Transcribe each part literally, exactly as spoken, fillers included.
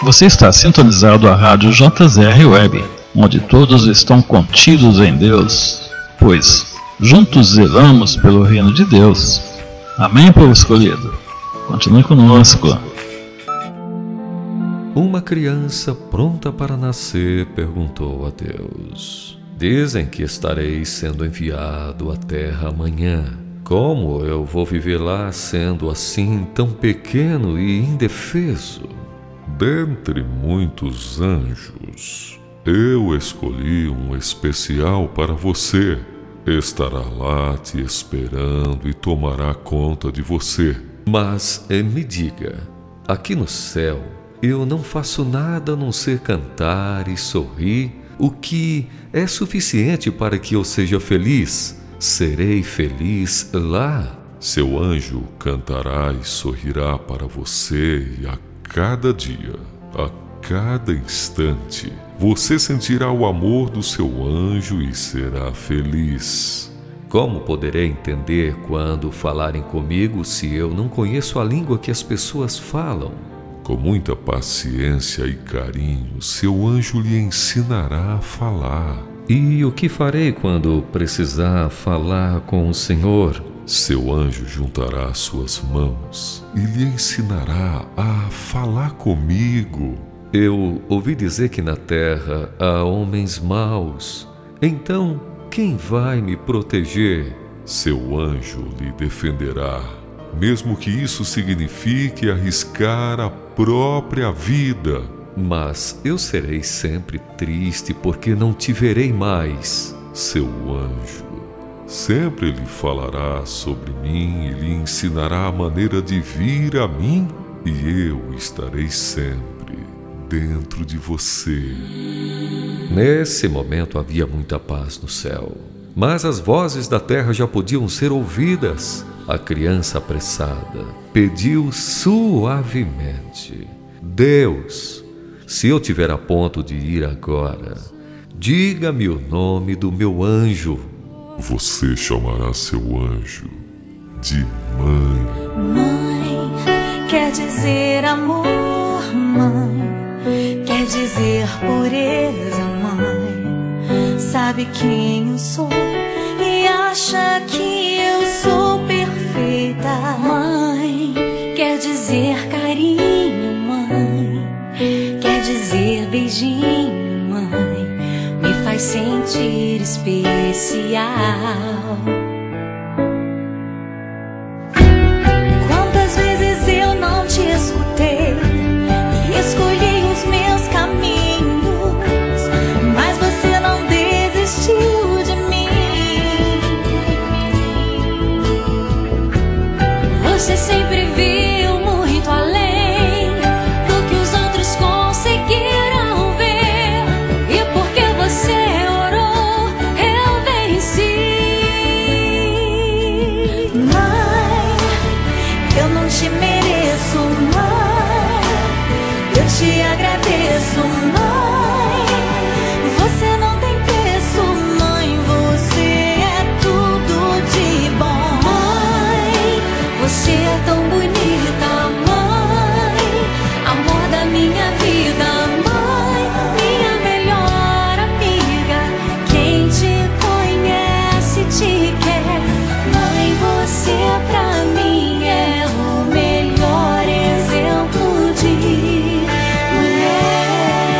Você está sintonizado à Rádio J Z R Web, onde todos estão contidos em Deus, pois juntos zelamos pelo reino de Deus. Amém, povo escolhido? Continue conosco. Uma criança pronta para nascer perguntou a Deus: dizem que estarei sendo enviado à terra amanhã. Como eu vou viver lá sendo assim tão pequeno e indefeso? Dentre muitos anjos, eu escolhi um especial para você. Estará lá te esperando e tomará conta de você. Mas eh, me diga, aqui no céu eu não faço nada a não ser cantar e sorrir, o que é suficiente para que eu seja feliz. Serei feliz lá. Seu anjo cantará e sorrirá para você e a cada dia, a cada instante, você sentirá o amor do seu anjo e será feliz. Como poderei entender quando falarem comigo se eu não conheço a língua que as pessoas falam? Com muita paciência e carinho, seu anjo lhe ensinará a falar. E o que farei quando precisar falar com o Senhor? Seu anjo juntará suas mãos e lhe ensinará a falar comigo. Eu ouvi dizer que na terra há homens maus. Então, quem vai me proteger? Seu anjo lhe defenderá, mesmo que isso signifique arriscar a própria vida. Mas eu serei sempre triste porque não te verei mais. Seu anjo sempre lhe falará sobre mim e lhe ensinará a maneira de vir a mim, e eu estarei sempre dentro de você. Nesse momento havia muita paz no céu, mas as vozes da terra já podiam ser ouvidas. A criança apressada pediu suavemente: Deus, se eu tiver a ponto de ir agora, diga-me o nome do meu anjo. Você chamará seu anjo de mãe. Mãe quer dizer amor, mãe quer dizer pureza, mãe sabe quem eu sou e acha que eu sou perfeita. Mãe quer dizer carinho, mãe quer dizer beijinho, mãe me faz sentir especial. Quantas vezes eu não te escutei e escolhi os meus caminhos, mas você não desistiu de mim. Você sempre viu muito além do que os outros conseguiram ver, e porque você orou, eu venci. Mãe, eu não te mereço, mãe, eu te agradeço, mãe. Você não tem preço, mãe, você é tudo de bom. Mãe, você é tão bonita, mãe, amor da minha vida, mãe, minha melhor amiga. Quem te conhece te quer, mãe, você pra mim é o melhor exemplo de mulher.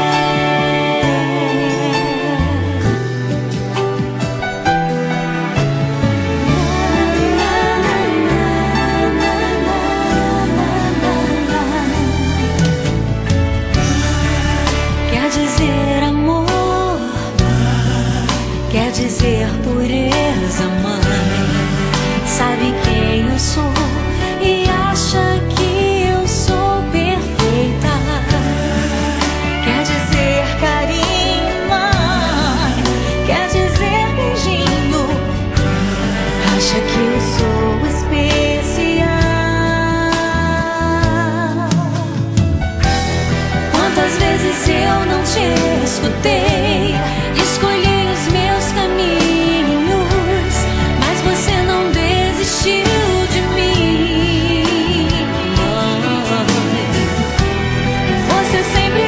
Quer dizer amor, quer dizer pureza, mãe sabe quem eu sou e acha que eu sou perfeita. Quer dizer carinho, mãe quer dizer beijinho, acha que eu sou especial. Quantas vezes eu não te escutei, escolhi os meus caminhos, mas você não desistiu de mim. Você sempre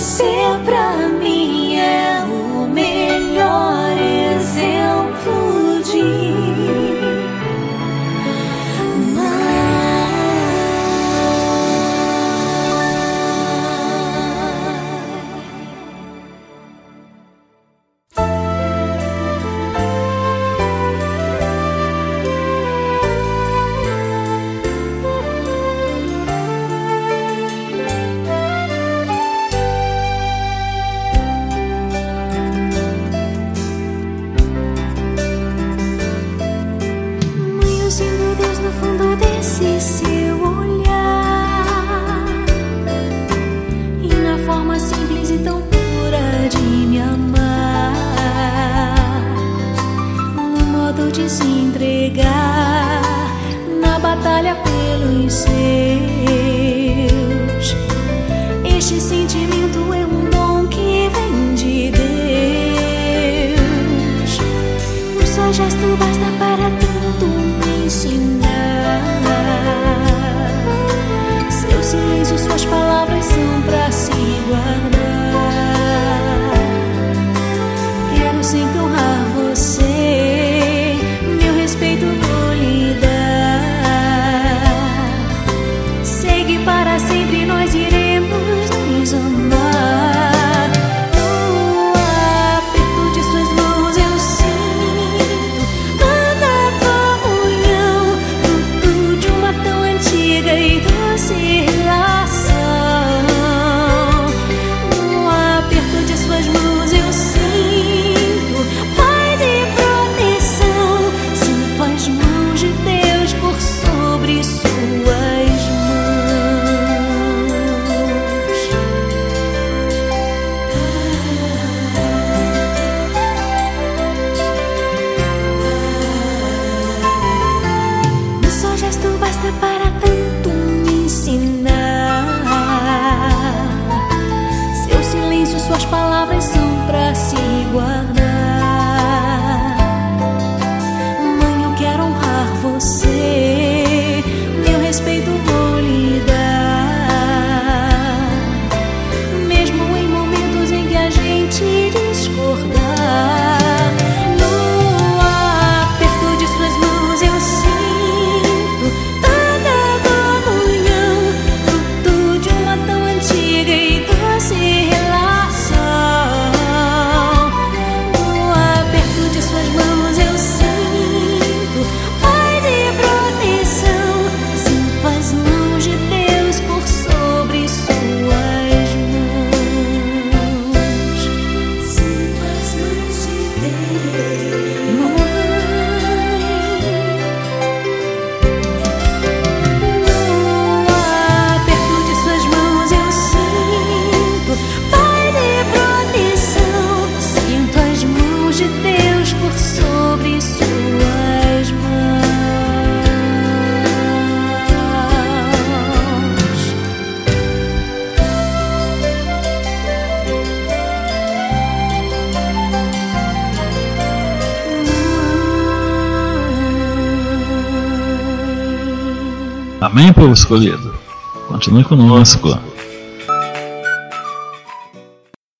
Você pra mim é o melhor exemplo de esse seu olhar e na forma simples e tão pura de me amar, no modo de se entregar na batalha pelos seus. Este sentimento é um dom que vem de Deus. Um só gesto basta para tanto me ensinar. Seu silêncio, suas palavras são pra se guardar. Quero sempre honrar você, meu respeito vou lhe dar. Sei que para sempre nós iremos nos amar. No aperto de suas mãos eu sinto tanta comunhão, fruto de uma tão antiga e doce relação. No aperto de suas mãos eu sinto paz e proteção. Sinto as mãos de Deus por sobre suas mãos. Um só gesto basta para tanto me ensinar. Seu silêncio, suas palavras são pra se guardar. Mãe, eu quero honrar você, meu respeito vou lhe dar. Mesmo em momentos em que a gente discordar. No aperto de suas mãos eu sinto tanta comunhão, fruto de uma tão antiga e doce relação. No aperto de suas mãos eu sinto paz e proteção. Sinto as mãos de Deus por sobre suas mãos. Sinto as mãos de Deus. No aperto de suas mãos eu sinto paz e proteção. Sinto as mãos de Deus por sobre suas mãos. Amém, povo escolhido? Continue conosco.